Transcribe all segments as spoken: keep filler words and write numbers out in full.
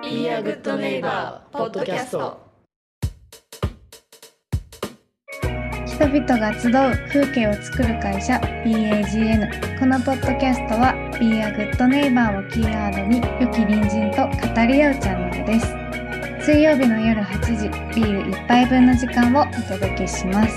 Be a Good Neighbor ポッドキャスト。 人々が集う風景を作る会社 ビーエージーエヌ。 このポッドキャストは Be a Good Neighbor をキーワードに良き隣人と語り合うチャンネルです。水曜日の夜はちじ、ビール一杯分の時間をお届けします。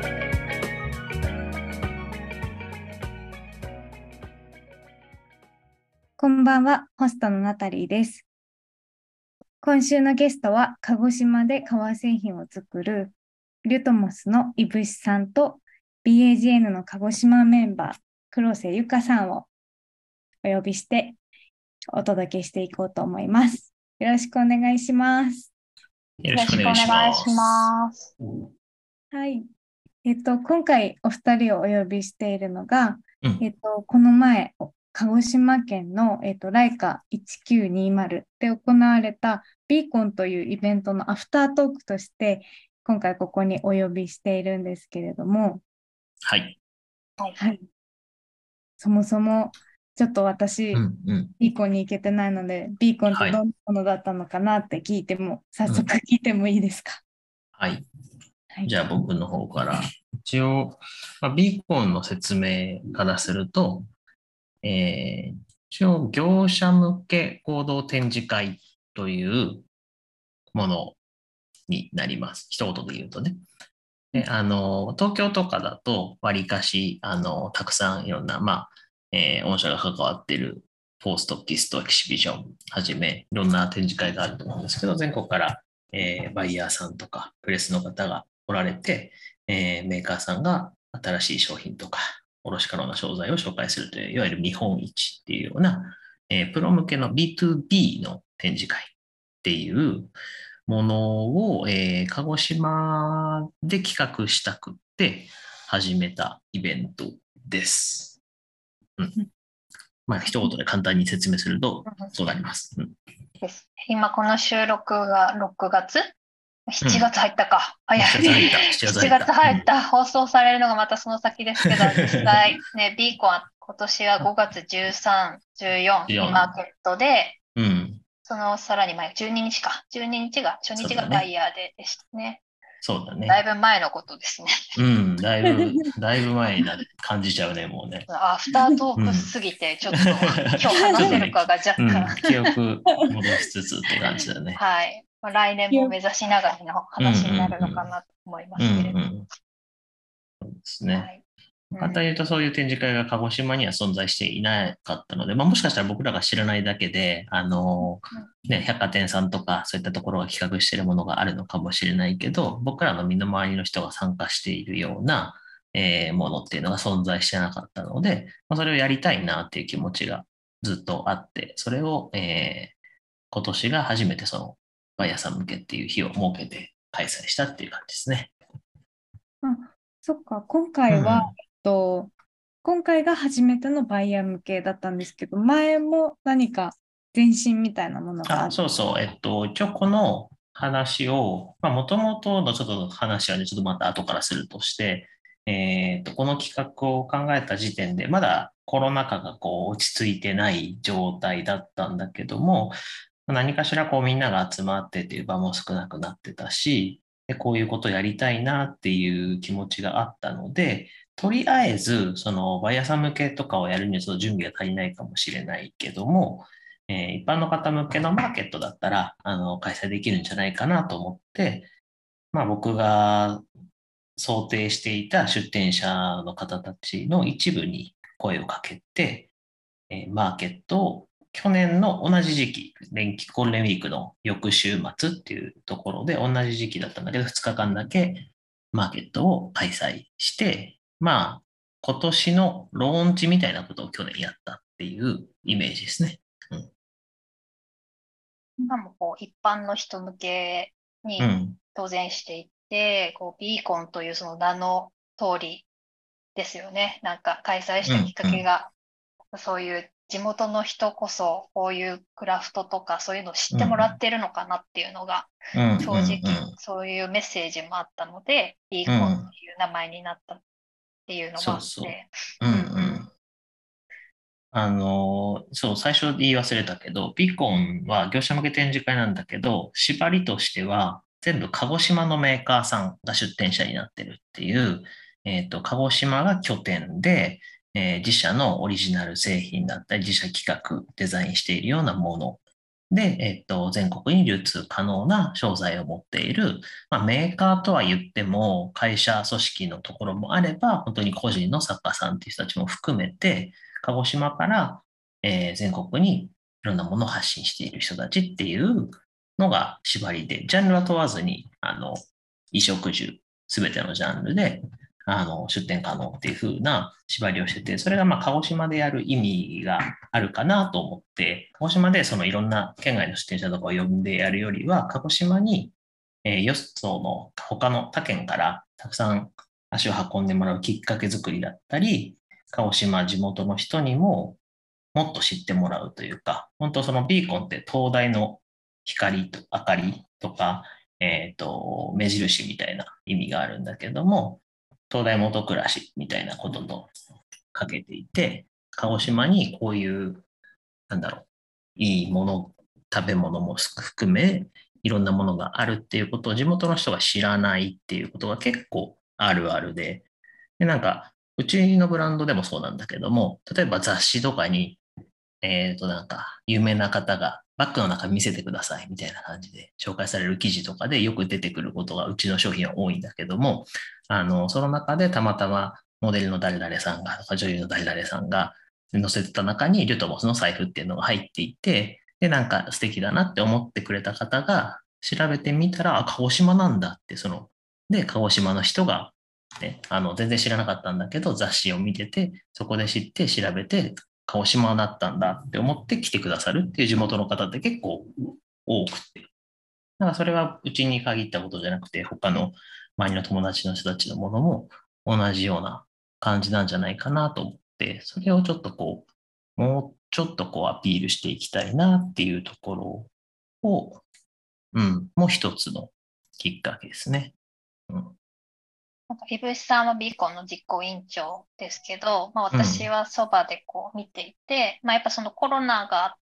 こんばんは、ホストのナタリーです。今週のゲストは鹿児島で革製品を作るリュトモスのいぶしさんと ビーエージーエヌ の鹿児島メンバー黒瀬ゆかさんをお呼びしてお届けしていこうと思います。よろしくお願いします。 よろしくお願いします。 はい。えっと、今回お二人をお呼びしているのが、 うん、 えっと、この前、鹿児島県の、えっと、ライカせんきゅうひゃくにじゅうで行われたビーコンというイベントのアフタートークとして、今回ここにお呼びしているんですけれども、 はい。 はい。そもそも、ちょっと私、 うんうん、 ビーコンに行けてないので、ビーコンってどんなものだったのかなって聞いても、はい、早速聞いてもいいですか？ はい。はい、じゃあ僕の方から、一応、まあ、ビーコンの説明からすると、えー、一応業者向け行動展示会というものになります。一言で言うとね。で、あの、東京とかだと、わりかし、あの、たくさんいろんな、まあ、えー、御社が関わっているポストキストエキシビジョンはじめ、いろんな展示会があると思うんですけど、全国から、えー、バイヤーさんとか、プレスの方がおられて、えー、メーカーさんが新しい商品とか、卸可能な商材を紹介するという、いわゆる見本市っていうような、えー、プロ向けの ビーツービー の展示会っていうものを、えー、鹿児島で企画したくって始めたイベントです。うん。まあ、一言で簡単に説明すると、そうなります。うん、 です。今この収録がろくがつ？しちがつ入ったか。 うん、早い。しちがつ入った。 しちがつ入った。うん、放送されるのがまたその先ですけど、実際ね、ビーコンは今年はごがつじゅうさん、じゅうよんにマーケットで、 うん、 そのさらに前、じゅうににちか。じゅうににちが、初日がバイヤーででしたね。 そうだね。 だいぶ前のことですね。 うん、だいぶ、だいぶ前な感じちゃうね、もうね。 アフタートークすぎて、ちょっと、うん、今日話せるかが若干、ね、 うん、記憶戻しつつって感じだね。 はい。まあ、来年も目指しながらの話になるのかなと思いますけれども。 そうですね。はい、簡単に言うとそういう展示会が鹿児島には存在していなかったので、まあ、もしかしたら僕らが知らないだけで、あの、ね、百貨店さんとかそういったところが企画しているものがあるのかもしれないけど、僕らの身の回りの人が参加しているような、えー、ものっていうのが存在してなかったので、まあ、それをやりたいなっていう気持ちがずっとあって、それを、えー、今年が初めてそのバイヤーさん向けっていう日を設けて開催したっていう感じですね。 あ、そっか、今回は、うん、えっと、今回が初めてのバイヤー向けだったんですけど、前も何か前身みたいなものがある？ あ、そうそう。えっと、一応この話を、まあ、もともとのちょっと話はね、ちょっとまた後からするとして、えっと、この企画を考えた時点で、まだコロナ禍がこう落ち着いてない状態だったんだけども、何かしらこうみんなが集まってっていう場も少なくなってたし、でこういうことやりたいなっていう気持ちがあったので、とりあえず、そのバイヤーさん向けとかをやるにはちょっと準備が足りないかもしれないけども、えー、一般の方向けのマーケットだったら、あの、開催できるんじゃないかなと思って、まあ僕が想定していた出店者の方たちの一部に声をかけて、えー、マーケットを去年の同じ時期、連休ゴールデンウィークの翌週末っていうところで同じ時期だったんだけど、ふつかかんだけマーケットを開催して、まあ、今年のローンチみたいなことを去年やったっていうイメージですね。うん、 今もこう一般の人向けに当然していて、うん、こうビーコンというその名の通りですよね。なんか開催したきっかけが、うんうん、そういう地元の人こそこういうクラフトとかそういうのを知ってもらってるのかなっていうのが、うん、正直そういうメッセージもあったので、ビーコンっていう名前になったっていうのもあって。 あの、そう、最初言い忘れたけど、ビコンは業者向け展示会なんだけど、縛りとしては、全部鹿児島のメーカーさんが出展者になってるっていう、えっと、鹿児島が拠点で、えー自社のオリジナル製品だったり、自社企画、デザインしているようなもので、えっと、全国に流通可能な商材を持っている、まあ、メーカーとは言っても、会社組織のところもあれば、本当に個人の作家さんっていう人たちも含めて、鹿児島から、えー全国にいろんなものを発信している人たちっていうのが縛りで、ジャンルは問わずに、あの、衣食住、すべてのジャンルで、あの、出店可能っていう風な縛りをしてて、それがまあ、鹿児島でやる意味があるかなと思って、鹿児島でそのいろんな県外の出店者とかを呼んでやるよりは、鹿児島に、えー、よその他の他県からたくさん足を運んでもらうきっかけ作りだったり、鹿児島地元の人にももっと知ってもらうというか、本当そのビーコンって灯台の光と明かりとか、えっと、目印みたいな意味があるんだけども、灯台元暮らしみたいなこととかけていて、鹿児島にこういう、なんだろう、いいもの、食べ物も含め、いろんなものがあるっていうことを地元の人が知らないっていうことが結構あるあるで、で、なんか、うちのブランドでもそうなんだけども、例えば雑誌とかにえっと、なんか、有名な方がバッグの中見せてくださいみたいな感じで紹介される記事とかでよく出てくることがうちの商品は多いんだけども、あの、その中でたまたまモデルの誰々さんがとか女優の誰々さんが載せてた中にリュトモスの財布っていうのが入っていて、で、なんか素敵だなって思ってくれた方が調べてみたら、あ、鹿児島なんだって、その、で、鹿児島の人がね、あの、全然知らなかったんだけど、雑誌を見てて、そこで知って調べて、鹿児島だったんだって思って来てくださるっていう地元の方って結構多くて。だからそれはうちに限ったことじゃなくて、他の周りの友達の人たちのものも同じような感じなんじゃないかなと思って、それをちょっとこう、もうちょっとこうアピールしていきたいなっていうところを、うん、もう一つのきっかけですね。うん。 なんか、いぶしさんはビーコンの実行委員長ですけど、まあ、 うん。 私はそばでこう見ていて、まあ、やっぱそのコロナがあって、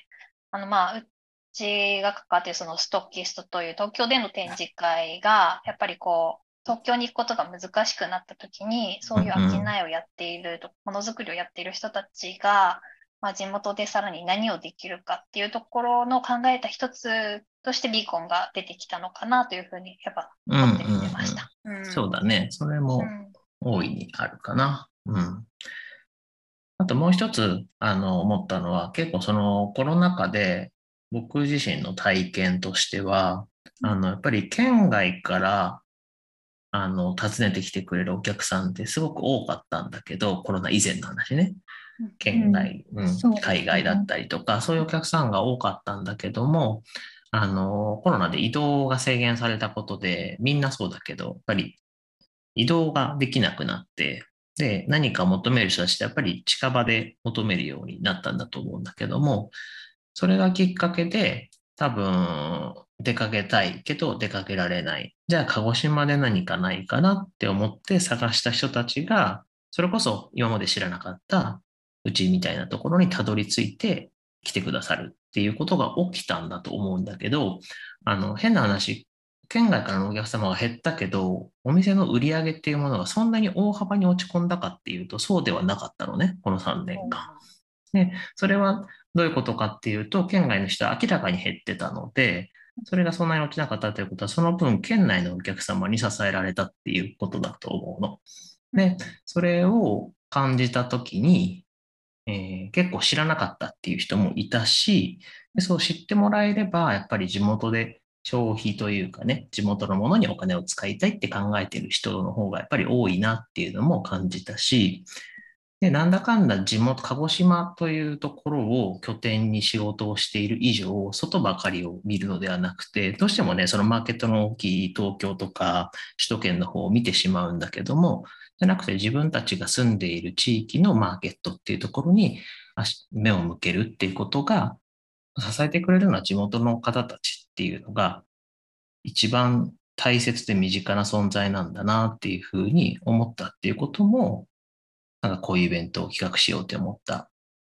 あの、まあ、うちが関わっているそのストッキストという東京での展示会が、やっぱりこう、東京に行くことが難しくなった時に、そうういう商ん。 いをやっている、ものづくりをやっている人たちが、まあ、地元でさらに何をできるかっていうところの考えた一つとしてビーコンが出てきたのかなというふうに、やっぱうん。うん。 思って見てまうん。 した。うん。 そうだね。それもうん。 大いにあるかな。うん。あともう一つ、あの、思ったのは、結構そのコロナ禍で僕自身の体験としては、あの、やっぱり県外から、あの、訪ねてきてくれるお客さんってすごく多かったんだけど、コロナ以前の話ね。 うん、 県外、うん、 そうですね。 海外だったりとか、そういうお客さんが多かったんだけども、あの、コロナで移動が制限されたことで、みんなそうだけど、やっぱり移動ができなくなって、で、何か求める人たちってやっぱり近場で求めるようになったんだと思うんだけども、それがきっかけで、多分、出かけたいけど出かけられない。じゃあ、鹿児島で何かないかなって思って探した人たちが、それこそ今まで知らなかったうちみたいなところにたどり着いて来てくださるっていうことが起きたんだと思うんだけど、あの、変な話、県外からのお客様が減ったけど、お店の売り上げっていうものがそんなに大幅に落ち込んだかっていうと、そうではなかったのね、このさんねんかん。で、それはどういうことかっていうと、県外の人は明らかに減ってたので、それがそんなに落ちなかったということは、その分、県内のお客様に支えられたっていうことだと思うの。で、それを感じたときに、えー結構知らなかったっていう人もいたし、でそう知ってもらえれば、やっぱり地元で消費というかね、地元のものにお金を使いたいって考えている人の方がやっぱり多いなっていうのも感じたし、で、なんだかんだ地元、鹿児島というところを拠点に仕事をしている以上、外ばかりを見るのではなくて、どうしてもね、そのマーケットの大きい東京とか首都圏の方を見てしまうんだけども、じゃなくて自分たちが住んでいる地域のマーケットっていうところに足目を向けるっていうことが、支えてくれるのは地元の方たちっていうのが一番大切で身近な存在なんだなっていうふうに思ったっていうことも、なんかこういうイベントを企画しようって思った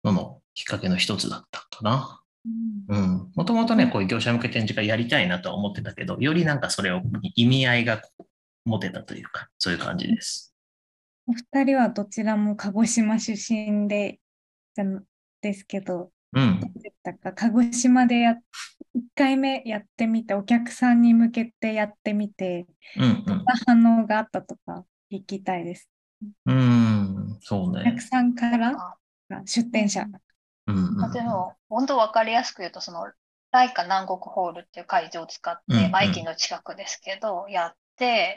ののきっかけの一つだったかな。 うん。 うん。もともとね、こういう業者向け展示会やりたいなとは思ってたけど、よりなんかそれを意味合いがこう持てたというか、そういう感じです。 お二人はどちらも鹿児島出身で、じゃんですけど、 うん。 どうでしたか？鹿児島でや、いっかいめやってみて、お客さんに向けてやってみて、 うんどんな反応があったとか聞きたいです。 うん。うん。そうね。 お客さんからなんか、 出店者。 うんうん。 うんうまあ、でんも、本当わかりやすく言うと、その、ライカ南国ホールっていう会場を使っうん。うて、 んうん。 マイキの近くですけど、やって、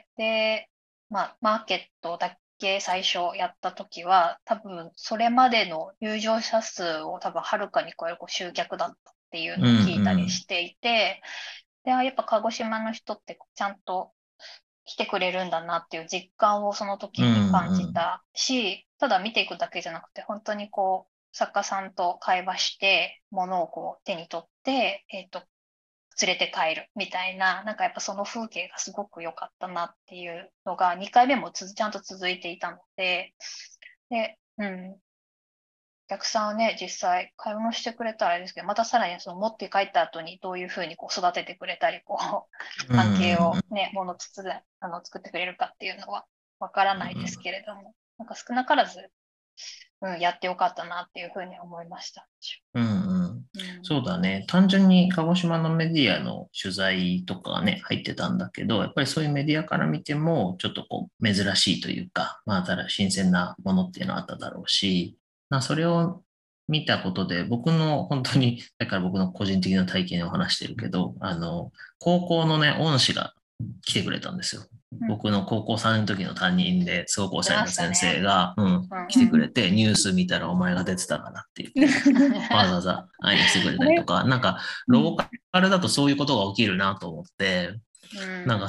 で、まあ、マーケットだけ最初やった時は、多分、それまでの入場者数を多分、はるかに超えるこう集客だったっていううんのを聞いたりうん。 していて、で、あやっぱ鹿児島の人ってちゃんと来てくれるんだなっていう実感をそのうん時に感うん。 じたし、ただ見ていくだけじゃなくて、本当にこう、作家さんと会話して、物をこう手に取って、えっと、連れて帰るみたいな、なんかやっぱその風景がすごく良かったなっていうのが、にかいめもつちゃんと続いていたので、で、うん、お客さんはね、実際買い物してくれたらあれですけど、またさらにその持って帰った後にどういうふうにこう育ててくれたり、こう、 うん関係うんをね、ものつつあの作ってくれるかっていうのはわからないですけれども、なんか少なからず、うん、やってよかったなっていうふうに思いました。 うんうん。 うん。 そうだね。単純に鹿児島のメディアの取材とかがね、入ってたんだけど、やっぱりそういうメディアから見ても、ちょっとこう、珍しいというか、まあ、ただ新鮮なものっていうのはあっただろうし、まあ、それを見たことで、僕の本当に、だから僕の個人的な体験を話してるけど、あの、高校のね、恩師が来てくれたんですよ。 うん。 僕の高校さんねんの時の担任ですごくおしゃれ出まな先したね。 生が、うん、 うん来てくうん。 れて、ニュース見たらお前が出てたかなって言って、わざわざ会いに来てくれあれ、 たりとか、なんか、 うん、 ローカルだとそういうことが起きるなと思って、 うん。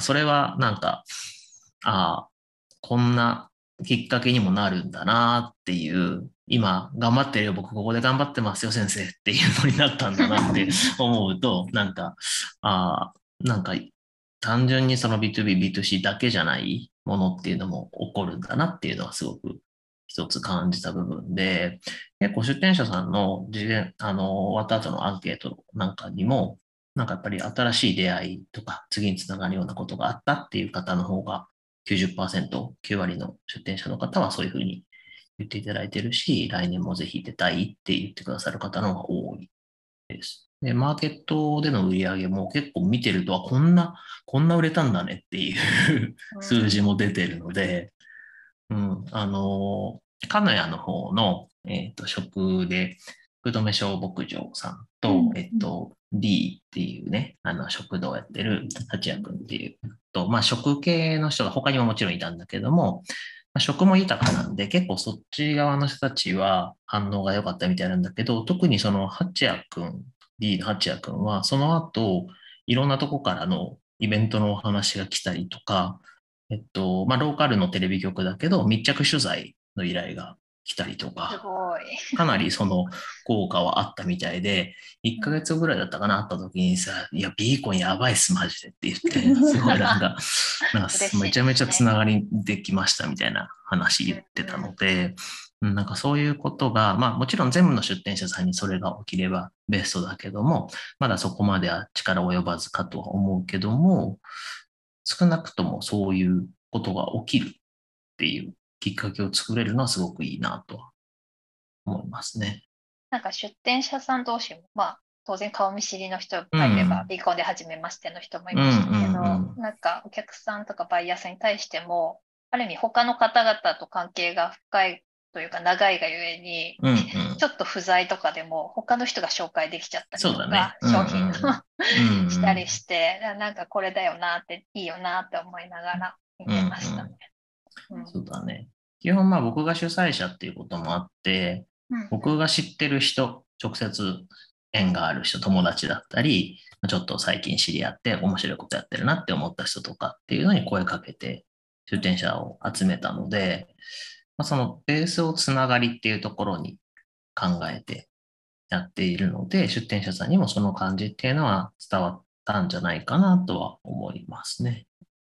なんかそれはなんか、ああ、こんなきっかけにもなるんだなっていう、今頑張ってるよ、僕ここで頑張ってますよ、先生っていうのになったんだなって思うと、なんか、ああ、なんか単純にその ビーツービー、ビーツーシー だけじゃないものっていうのも起こるんだなっていうのはすごく一つ感じた部分で、結構出店者さんの事前、あの、終わった後のアンケートなんかにも、なんかやっぱり新しい出会いとか、次につながるようなことがあったっていう方の方がきゅうじゅっパーセント、きゅう割の出店者の方はそういうふうに言っていただいてるし、来年もぜひ出たいって言ってくださる方の方が多いです。で、マーケットでの売り上げも結構見てると、こんな、こんな売れたんだねっていうう数字ん。 も出てるので、うん、あの、鹿屋の方の、えっと、食で、福留小牧場さんと、 うん、 えっうん。 と、D っていうね、あの、食堂をやってる八谷くんっていうと、まあ、食系の人が他にももちろんいたんだけども、まあ、食も豊かなんで、結構そっち側の人たちは反応が良かったみたいなんだけど、特にその八谷くん、D の八谷くんは、その後、いろんなとこからのイベントのお話が来たりとか、えっと、まあ、ローカルのテレビ局だけど、密着取材の依頼が来たりとすか、 ごい。 かなりその効果はあったみたいで、1 うん。 ヶ月ぐらいだったかな、あった時にさ、いや、ビーコンやばいっす、マジでって言って、すごいなんか、なんか嬉しいでめちゃめちゃつすね。 ながりできましたみたいな話うん言ってたうんので、うんなんかそういうことが、まあもちろん全部の出店者さんにそれが起きればベストだけども、まだそこまでは力及ばずかとは思うけども、少なくともそういうことが起きるっていうきっかけを作れるのはすごくいいなとは思いますね。 なんか出店者さん同士も、まあ、当然顔見知りの人うがいれば、 ん。 ビーコンで初めましての人もいうんうましたけど、 んなんかお客さんとかバイヤーさんに対しても、ある意味他の方々と関係が深いというか長いがゆえに、 うん。うんうん。 ちょっと不在とかでも他の人が紹介できちゃったりとか、 そうだね。うん商品のうん。うしたりんして、なんかこれだよなって、いいよなって思いながら見うん。うんてましたね。 うん。 うん。 そうだね。基本まあ僕が主催者っていうこともあって、 うんうん。 僕が知ってる人、直接縁がある人、友達だったり、ちょっと最近知り合って面白いことやってるなって思った人とかっていうのに声かけて出店者を集めたので、まあ、そのベースをつながりっていうところに考えてやっているので、出店者さんにもその感じっていうのは伝わったんじゃないかなとは思いますね。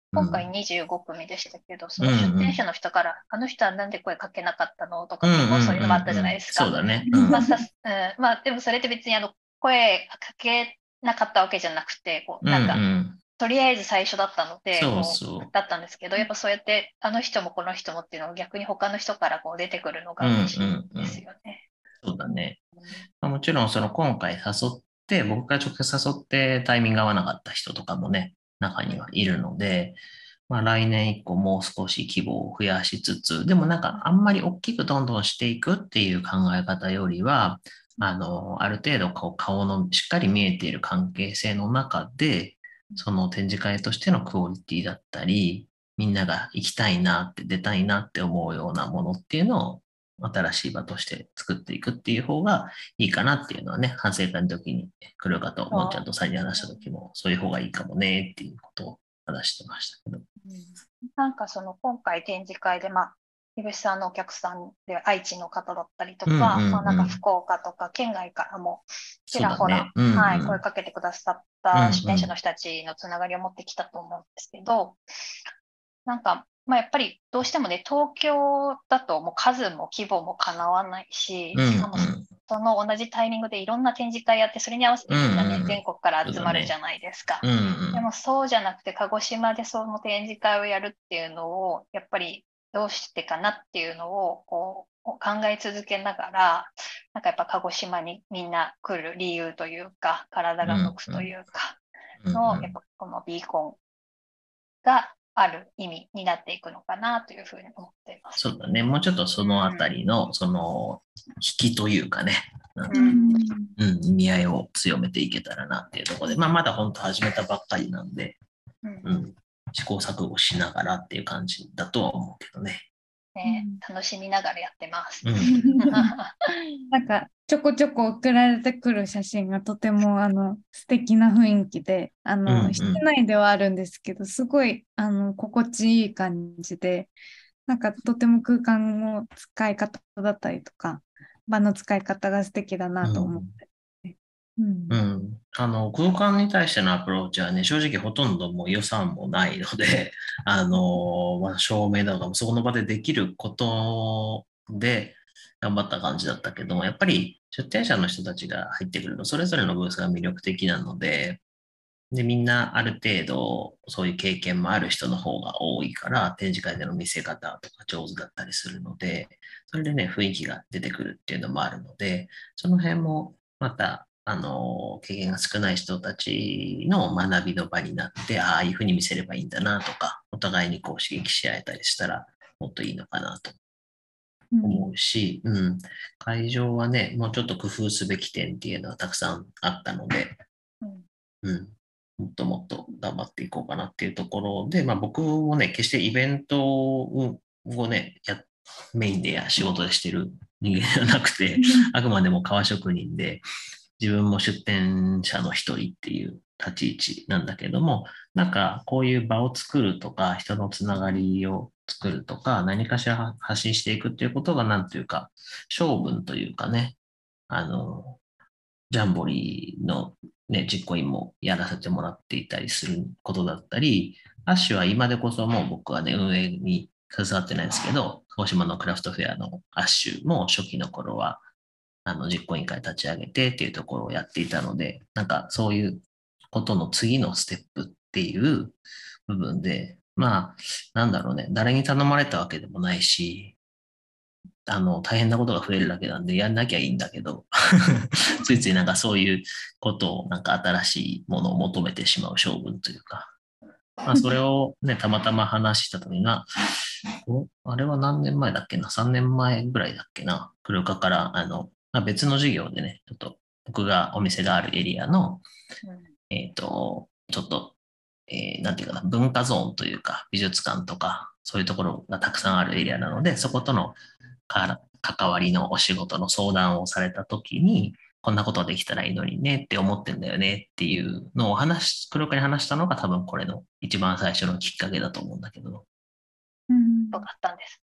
今回にじゅうご組でしたけど、その出店者の人から、あの人はなんで声かけなかったのとか、結構そういうのもあったじゃないですか。 そうだね。 まあさす、うん、まあでもそれって別にあの声かけなかったわけじゃなくて、こうなんか、とりあえず最初だったので、 そうそうだったんですけど、やっぱそうやってあの人もこの人もっていうのを逆に他の人からこう出てくるのが嬉しいですよね。 そうだね。まあ、もちろんその今回誘って、僕が直接誘ってタイミング合わなかった人とかもね、中にはいるので、まあ、来年以降もう少し規模を増やしつつ、でもなんかあんまり大きくどんどんしていくっていう考え方よりは、あの、ある程度こう顔のしっかり見えている関係性の中で、その展示会としてのクオリティだったり、みんなが行きたいなって出たいなって思うようなものっていうのを新しい場として作っていくっていう方がいいかなっていうのはね、反省会の時に黒川ともんちゃんとさんに話した時もそういう方がいいかもねっていうことを話してましたけど。 なんかその今回展示会で、まあ、井口さんのお客さんで愛知の方だったりとか、まあ、なんか福岡とか県外からもちらほら、ねうんうん、はい、声かけてくださった出店者の人たちのつながりを持ってきたと思うんですけど、なんか、まあ、やっぱりどうしてもね、東京だともう数も規模もかなわないし、しかもその同じタイミングでいろんな展示会やって、それに合わせてみんなね、うんうん、全国から集まるじゃないですか。 うんうん、 でもそうじゃなくて、鹿児島でその展示会をやるっていうのを、やっぱりどうしてかなっていうのをこう考え続けながら、なんかやっぱ鹿児島にみんな来る理由というか、体が向くというかの、うんうん、やっぱこのビーコンがある意味になっていくのかなというふうに思っています。 そうだね。もうちょっとそのあたりの、うん、その、引きというかね、うん、うん、意味合いを強めていけたらなっていうところで、まあ、まだ本当始めたばっかりなんで、うん、うん、試行錯誤しながらっていう感じだとは思うけどね。 ね、楽しみながらやってます。 うん、なんかちょこちょこ送られてくる写真がとてもあの素敵な雰囲気で、あの、うんうん、室内ではあるんですけど、すごいあの心地いい感じで、なんかとても空間の使い方だったりとか、場の使い方が素敵だなと思って。 うんうん、あの空間に対してのアプローチはね、正直ほとんどもう予算もないので、あの、まあ、照明とかもそこの場でできることで頑張った感じだったけども、やっぱり出店者の人たちが入ってくると、それぞれのブースが魅力的なので、で、みんなある程度そういう経験もある人の方が多いから、展示会での見せ方とか上手だったりするので、それでね、雰囲気が出てくるっていうのもあるので、その辺もまた、あの、経験が少ない人たちの学びの場になって、ああいうふうに見せればいいんだなとか、お互いにこう刺激し合えたりしたら、もっといいのかなと思うし、うん、うん、会場はね、もうちょっと工夫すべき点っていうのはたくさんあったので、うん、うんもっともっと頑張っていこうかなっていうところで、まあ僕もね、決してイベントをね、やメインでや仕事でしてる人間ではなくて、あくまでも革職人で、自分も出店者の一人っていう立ち位置なんだけども、なんかこういう場を作るとか、人のつながりを作るとか、何かしら発信していくっていうことが、なんというか、性分というかね、あの、ジャンボリーのね、実行委員もやらせてもらっていたりすることだったり、アッシュは今でこそもう僕はね、運営に携わってないですけど、鹿児島のクラフトフェアのアッシュも初期の頃は、あの、実行委員会立ち上げてっていうところをやっていたので、なんかそういうことの次のステップっていう部分で、まあ、なんだろうね、誰に頼まれたわけでもないし、あの、大変なことが増えるだけなんで、やんなきゃいいんだけど、ついついなんかそういうことを、なんか新しいものを求めてしまう性分というか、まあ、それをね、たまたま話した時が、あれは何年前だっけな ?さん 年前ぐらいだっけな黒川から、あの、まあ、別の授業でね、ちょっと僕がお店があるエリアの、えっと、ちょっと、えー、なんていうかな、文化ゾーンというか、美術館とか、そういうところがたくさんあるエリアなので、そことの関わりのお仕事の相談をされたときに、こんなことできたらいいのにねって思ってんだよねっていうのを話、黒川に話したのが多分これの一番最初のきっかけだと思うんだけど。 うん。そうだったんです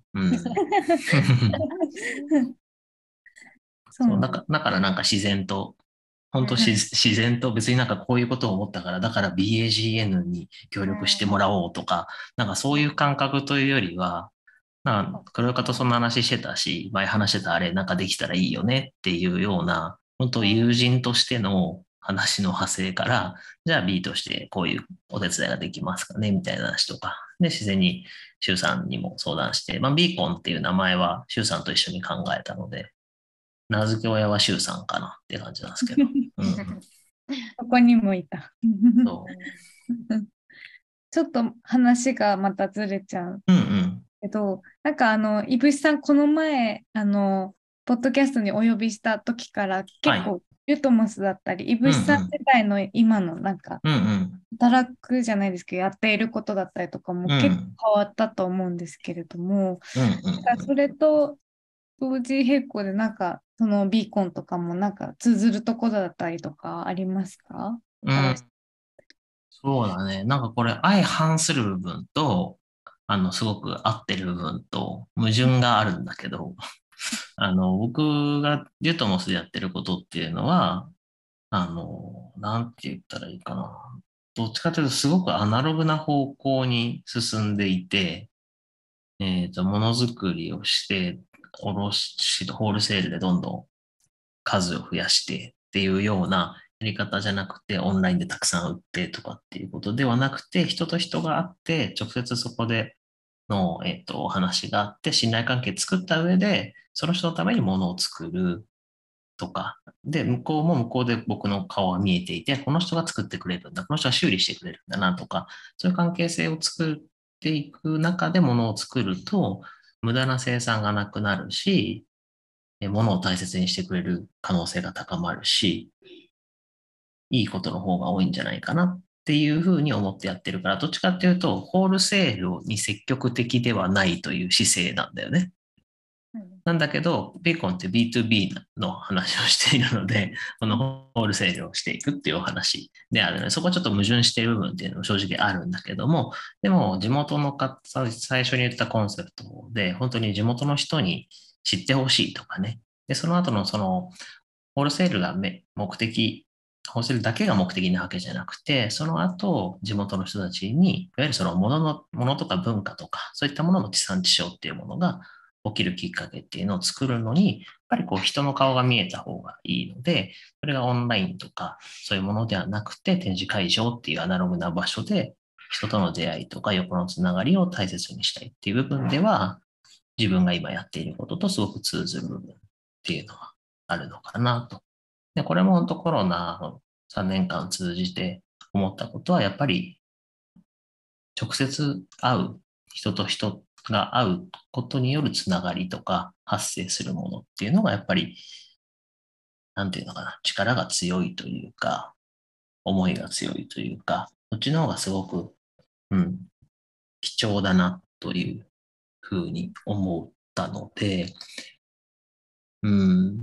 ね。うん。そうだかだからなんか自然と本当自うん。 自然と別になんかこういうことを思ったから、だから ビーエージーエヌ に協力してもらおうとか、なんかそういう感覚というよりは、なんか黒川とそんな話してたし、前話してたあれなんかできたらいいよねっていうような、本当友人としての話の派生から、じゃあ B としてこういうお手伝いができますかねみたいな話とか、で、自然に周さんにも相談して、まあ、ビーコンっていう名前は周さんと一緒に考えたので、名付け親は周さんかなって感じなんですけど。うん。 ここにもいた。 そちょっと話がまたずれちゃうう。うんうん。 けど、なんかあの、いぶしさん、この前、あの、ポッドキャストにお呼びした時からはい。 結構、ユトモスだったり、いぶうんうしさんん。 世代の今のなんか、 うんうん。 働くじゃないですけど、やっていることだったりとかも結構うん。 変わったと思うんですけれども、 うんうんなんかそれと同時並行で、なんか、そのビーコンとかもなんか通ずるところだったりとかありますか？ うん。う新しい。 ん。そうだね。なんかこれ相反する部分と、あの、すごく合ってる部分と矛盾があるんだけど、あの、僕がデュトモスでやってることっていうのは、あの、なんて言ったらいいかな。どっちかというとすごくアナログな方向に進んでいて、えっと、ものづくりをして、卸し、ホールセールでどんどん数を増やしてっていうようなやり方じゃなくて、オンラインでたくさん売ってとかっていうことではなくて、人と人が会って、直接そこでの、えっと、お話があって、信頼関係作った上で、その人のために物を作るとか、で、向こうも向こうで僕の顔が見えていて、この人が作ってくれるんだ、この人が修理してくれるんだなとか、そういう関係性を作っていく中で物を作ると、無駄な生産がなくなるし、え物を大切にしてくれる可能性が高まるし、いいことの方が多いんじゃないかなっていうふうに思ってやってるから、どっちかっていうと、ホールセールに積極的ではないという姿勢なんだよね。 うんなんだけど、ベーコンって ビーツービー の話をしているので、このホールセールをしていくっていうお話であるので、そこはちょっと矛盾している部分っていうのも正直あるんだけども、でも地元の方、最初に言ったコンセプトで、本当に地元の人に知ってほしいとかね。で、その後のその、ホールセールが目的、ホールセールだけが目的なわけじゃなくて、その後、地元の人たちに、いわゆるそのものの、ものとか文化とか、そういったものの地産地消っていうものが起きるきっかけっていうのを作るのに、やっぱりこう人の顔が見えた方がいいので、それがオンラインとかそういうものではなくて展示会場っていうアナログな場所で人との出会いとか横のつながりを大切にしたいっていう部分では、自分が今やっていることとすごく通ずる部分っていうのはあるのかなと。で、これも本当コロナのさんねんかん通じて思ったことは、やっぱり直接会う人と人が会うことによるつながりとか発生するものっていうのがやっぱり、なんていうのかな、力が強いというか、思いが強いというか、そっちの方がすごく、うん、貴重だなというふうに思ったので、うん、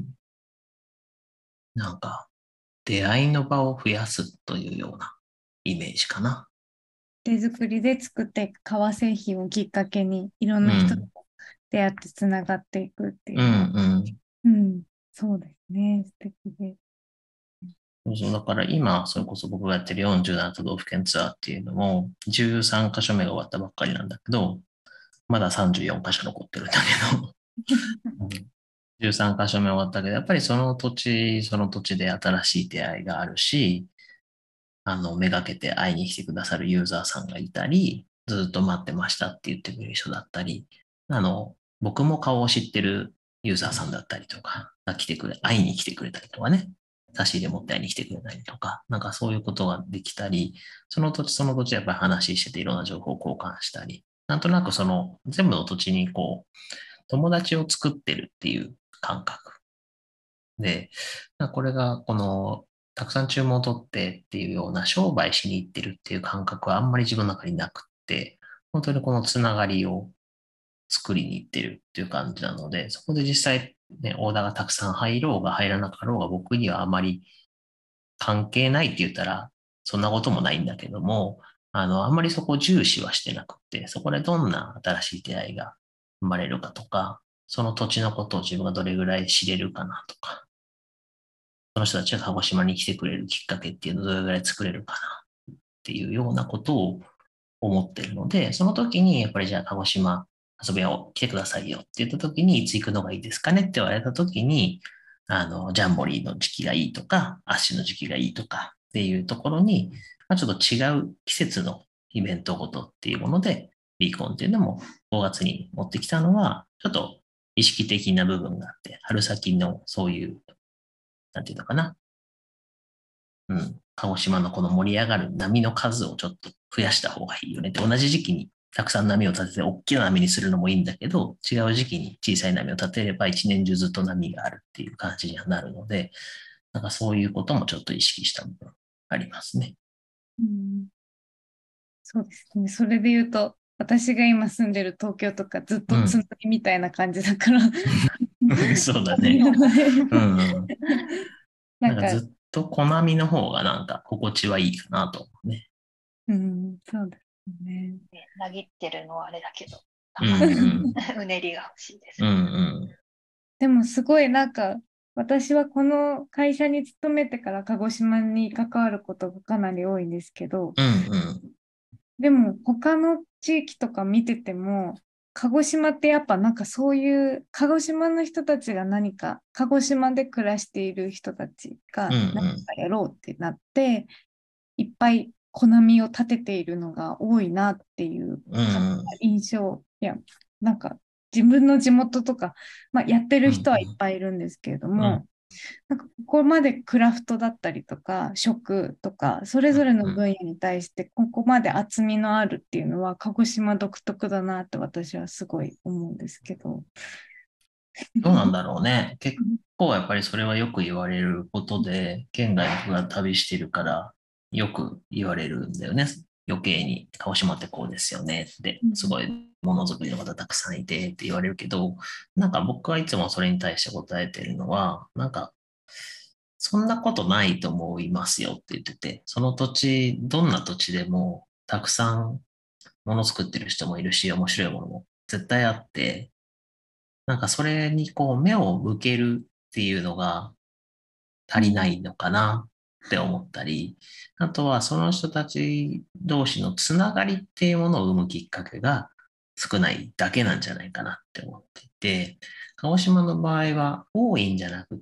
なんか出会いの場を増やすというようなイメージかな。 手作りで作っていく革製品をきっかけにいろんな人とうん、 出会ってつながっていくってうん、 いうのは、 うん。 うん、そうですね、素敵で。 そうそうだから今、それこそ僕がやってるよんじゅうなな都道府県ツアーっていうのも、じゅうさんカ所目が終わったばっかりなんだけど、まださんじゅうよんカ所残ってるんだけど、うんじゅうさんカ所目終わったけど、やっぱりその土地、その土地で新しい出会いがあるし、あの、めがけて会いに来てくださるユーザーさんがいたり、ずっと待ってましたって言ってくれる人だったり、あの、僕も顔を知ってるユーザーさんだったりとか、が来てくれ、会いに来てくれたりとかね、差し入れ持って会いに来てくれたりとか、なんかそういうことができたり、その土地その土地でやっぱり話してていろんな情報を交換したり、なんとなくその全部の土地にこう、友達を作ってるっていう感覚で、これがこの、たくさん注文を取ってっていうような商売しに行ってるっていう感覚はあんまり自分の中になくって、本当にこのつながりを作りに行ってるっていう感じなので、そこで実際ね、オーダーがたくさん入ろうが入らなかろうが僕にはあまり関係ないって言ったら、そんなこともないんだけども、あの、あんまりそこを重視はしてなくって、そこでどんな新しい出会いが生まれるかとか、その土地のことを自分がどれぐらい知れるかなとか、 その人たちが鹿児島に来てくれるきっかけっていうのをどれぐらい作れるかなっていうようなことを思ってるので、その時にやっぱりじゃあ鹿児島遊びを来てくださいよって言った時にいつ行くのがいいですかねって言われた時に、あの、ジャンボリーの時期がいいとか、アッシュの時期がいいとかっていうところに、まあ、ちょっと違う季節のイベントごとっていうもので、ビーコンっていうのもごがつに持ってきたのは、ちょっと意識的な部分があって、春先のそういう、なんていうのかな、うん、鹿児島のこの盛り上がる波の数をちょっと増やした方がいいよねって、同じ時期にたくさん波を立てて大きな波にするのもいいんだけど、違う時期に小さい波を立てれば一年中ずっと波があるっていう感じにはなるので、なんかそういうこともちょっと意識した部分ありますね。 うん、そうですね。それで言うと、私が今住んでる東京とかずっとつなぎみたいな感じだから、 うん、そうだね。うん、 なか、 なんんかずっと小波の方がなんか心地はいいかなと思うね。 うん、そうですね。 ね、なぎってるのはあれだけど、たうんまにうんうねりが欲しいですうんうね。 んでもすごいなんか、私はこの会社に勤めてから鹿児島に関わることがかなり多いんですけど、 うんうんでも他の地域とか見てても、鹿児島ってやっぱなんかそういう鹿児島の人たちが何か、鹿児島で暮らしている人たちがうん何かやろうってなって、いっぱいコナミを立てているのが多いなっていううんうん印象。いや、なんか自分の地元とか、まあ、やってる人はいっぱいいるんですけれどうんも、なんかここまでクラフトだったりとか、食とか、それぞれの分野に対して、ここまで厚みのあるっていうのは、鹿児島独特だなって私はすごい思うんですけど。 どうなんだろうね。結構やっぱりそれはよく言われることで、県外の人が旅してるからよく言われるんだよね。余計に鹿児島ってこうですよねって、すごいものづくりの方たくさんいてって言われるけど、なんか僕はいつもそれに対して答えてるのは、なんかそんなことないと思いますよって言ってて、その土地、どんな土地でもたくさんもの作ってる人もいるし、面白いものも絶対あって、なんかそれにこう目を向けるっていうのが足りないのかなって思ったり、あとはその人たち同士のつながりっていうものを生むきっかけが少ないだけなんじゃないかなって思っていて、鹿児島の場合は多いんじゃなくって、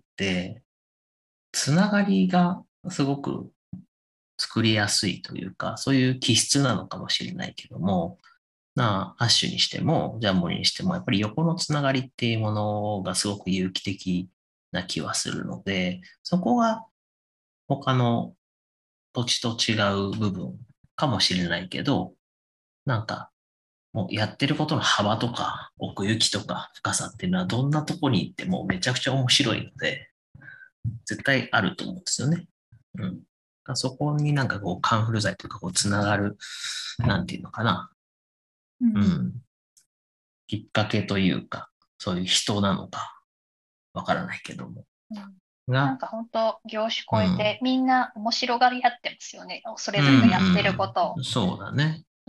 つながりがすごく作りやすいというか、そういう気質なのかもしれないけども、なアッシュにしても、ジャンボリーにしても、やっぱり横のつながりっていうものがすごく有機的な気はするので、そこが他の土地と違う部分かもしれないけど、なんか、もうやってることの幅とか奥行きとか深さっていうのはどんなとこに行ってもめちゃくちゃ面白いので、絶対あると思うんですよね。うん。そこになんかこうカンフル剤というかこうつながる、なんていうのかな。 うん、 うん。きっかけというか、そういう人なのかわからないけども。 うん、なんが、 か本当、業種超えうん。 てみんな面白がり合ってますよね。それうぞれがやってることを。 んうん。そうだね。 うん。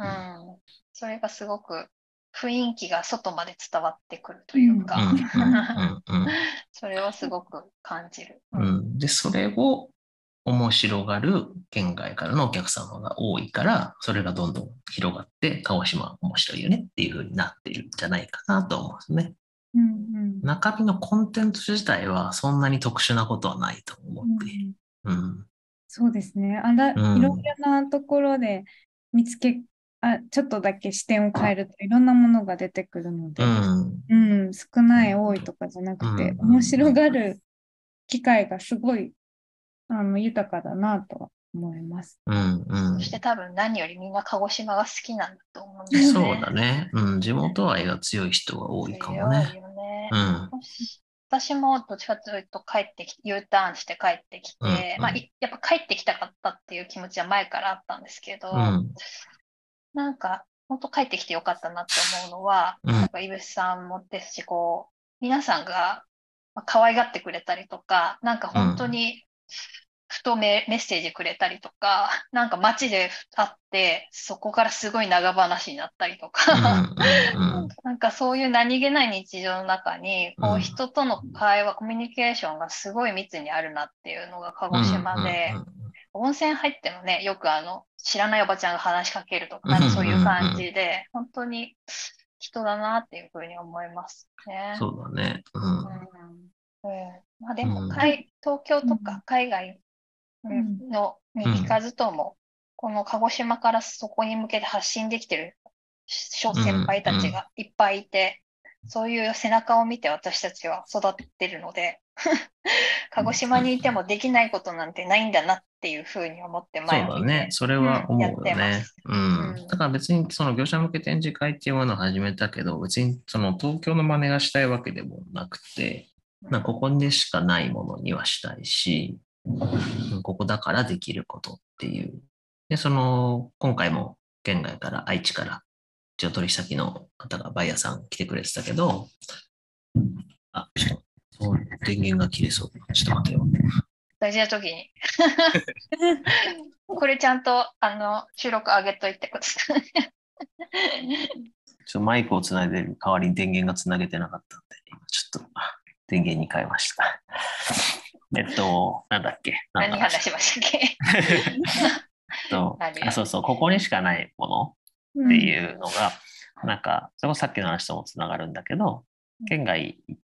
それがすごく雰囲気が外まで伝わってくるといううん、 うんか、 うんうんそれはすごく感じる。 うん。うん。で、それを面白がる県外からのお客様が多いから、それがどんどん広がって、鹿児島面白いよねっていう風になっているんじゃないかなと思うんですね。 うん、 中身のコンテンツ自体はそんなに特殊なことはないと思うん、 っている。うん。 そうですね。あら、 ういろいん。 ろなところで見つけ、あ、ちょっとだけ視点を変えるといろんなものが出てくるのうで、 ん。 うん、少ない、多いとかじゃなうん。 くて、 うん。 面白がる機会がすごい、あの、豊かだなとは思います。 うん。うそしてん。 多分何よりみんな鹿児島が好きなんだと思うんだよそうだね。 ね。うん。地元愛が強い人が多いかもね。 強いよね。 うん。 もし私もどっちかというと帰ってきて、U ターンして帰ってきうん。 て、まあ、 うん。 いやっぱ帰ってきたかったっていう気持ちは前からあったんですけど、 うん。 なんか、本当帰ってきてよかったなって思うのは、 うん。 やっぱイブスさんもですし、こう、皆さんがまあ可愛がってくれたりとか、なんか本当うん。 にふとメ、メッセージくれたりとか、なんか街で会って、そこからすごい長話になったりとうん、 か、 うん、 なんかそういう何気ない日常の中に、こううん、 人との会話、コミュニケーションがすごい密にあるなっていうのが鹿うん、 児うん、 島で、温泉入ってもね、よくあの、知らないおばちゃんが話しかけるとか、 うん、 なんかそういう感うん、 じで、本当に人だなっていうふうに思いますね。 そうだね。ううん。 ん、 うんまあでも、 うん、 海東京とかうん海外うんのに行かうん、 ずとも、この鹿児島からそこに向けて発信できてる諸うん、 先輩たちうん。 がいっぱいいて、そういう背中を見て私たちは育ってるので、鹿児島にいてもできないことなんてないんだなっていうふうに思ってそうだね。 前を向いて、 それうん、やっは思うよね。 てます。 うん。だうん。 から別にその業者向け展示会っていうものを始めたけど、別にその東京の真似がしたいわけでもなくて、まあ、ここでしかないものにはしたいし、うんここだからできることっていう。で、その、今回も県外から愛知から一応取引先の方がバイヤーさん来てくれてたけど、あ、ちょっと、そう電源が切れそう。ちょっと待てよ。 大事な時に。これちゃんと、あの、収録上げといてください。 ちょっとマイクをつないでる代わりに電源がつなげてなかったんで、今ちょっと電源に変えました。えっと、なんだっけ何の何話話しましたっけ？ と、 あるあ、そうそう、ここにしかないものってうんいうのが、なんか、それこそさっきの話ともつながるんだけど、県外行って、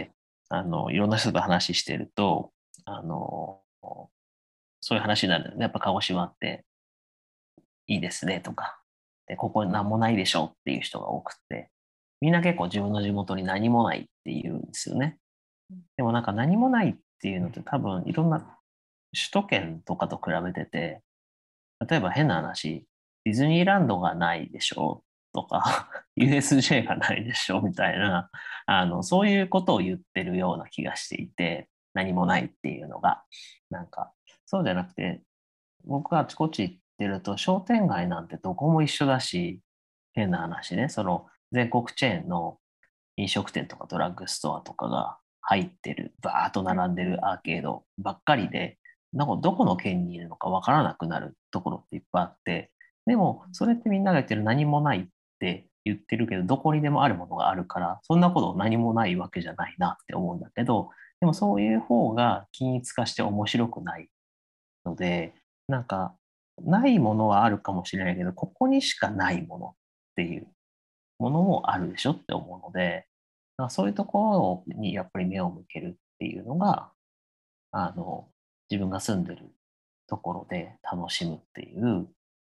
あの、いろんな人と話してると、あの、そういう話になるんだよね。やっぱ鹿児島っていいですねとか、で、ここ何もないでしょっていう人が多くて、みんな結構自分の地元に何もないって言うんですよね。でもなんか何もないっていうのって多分いろんな首都圏とかと比べてて、例えば変な話、ディズニーランドがないでしょとか、ユーエスジェー がないでしょみたいな、あの、そういうことを言ってるような気がしていて、何もないっていうのが、なんか、そうじゃなくて、僕があちこち行ってると、商店街なんてどこも一緒だし、変な話ね、その全国チェーンの飲食店とかドラッグストアとかが入ってる、バーっと並んでるアーケードばっかりで、なんかどこの県にいるのかわからなくなるところっていっぱいあって、でもそれってみんなが言ってる何もないって言ってるけど、どこにでもあるものがあるから、そんなこと何もないわけじゃないなって思うんだけど、でもそういう方が均一化して面白くないので、なんか、ないものはあるかもしれないけど、ここにしかないものっていうものもあるでしょって思うので、だからそういうところにやっぱり目を向けるっていうのが、あの、自分が住んでるところで楽しむっていう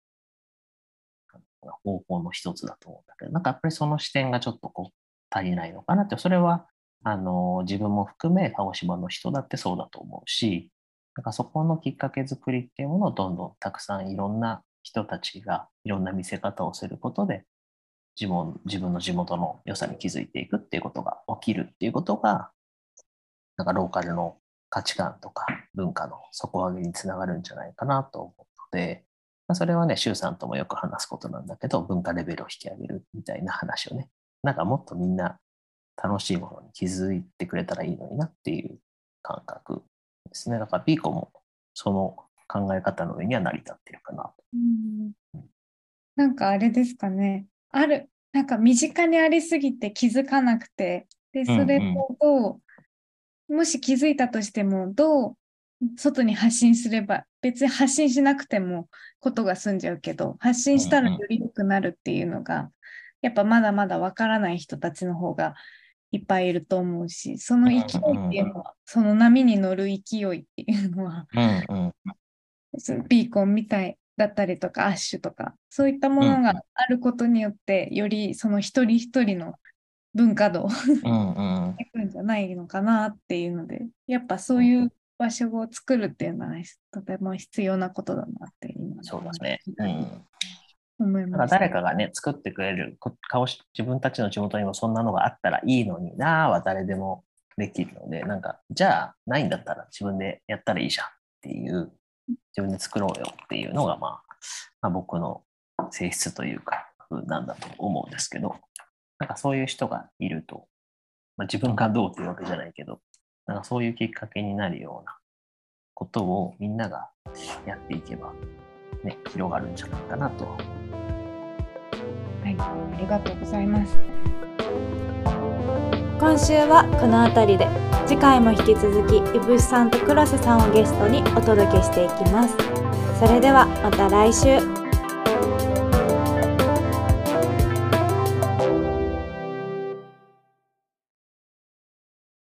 方法の一つだと思うんだけど、なんかやっぱりその視点がちょっとこう足りないのかなって、それは、あの、自分も含め鹿児島の人だってそうだと思うし、なんかそこのきっかけ作りっていうものをどんどんたくさんいろんな人たちがいろんな見せ方をすることで、自分自分の地元の良さに気づいていくっていうことが起きるっていうことが、なんかローカルの価値観とか文化の底上げにつながるんじゃないかなと思うので、まあ、それはね、周さんともよく話すことなんだけど、文化レベルを引き上げるみたいな話をね、なんかもっとみんな楽しいものに気づいてくれたらいいのになっていう感覚ですね。だからピーコもその考え方の上には成り立ってるかなと。 うんなんかあれですかね。ある、なんか身近にありすぎて気づかなくて、で、 うんうそれん。 をどう、もし気づいたとしても、どう外に発信すれば、別に発信しなくてもことが済んじゃうけど、発信したらより良くなるっていうのが、やっぱまだまだわからない人たちの方がいっぱいいると思うし、その勢いっていうのは、その波に乗る勢いっていうのは、 うんうんそのビーコンみたいだったりとか、アッシュとか、そういったもうんのがあることによって、よりその一人一人の文化度をうんうんいくんじゃないのかなっていうので、やっぱそうん。 ういう場所を作るっていうのは、とても必要なことだなって今のそうだ話ね。うん。 思いなんかました。 誰かがね、作ってくれる、こ顔し、自分たちの地元にもそんなのがあったらいいのになぁは誰でもできるので、なんか、じゃあ、ないんだったら自分でやったらいいじゃんっていう、自分で作ろうよっていうのが、まあ、まあ、僕の性質というか、なんだと思うんですけど、なんかそういう人がいると、まあ、自分がどうっていうわけじゃないけど、なんかそういうきっかけになるようなことをみんながやっていけば、ね、広がるんじゃないかなと。 はい、ありがとうございます。 今週はこの辺りで、次回も引き続きいぶしさんと黒瀬さんをゲストにお届けしていきます。それではまた来週。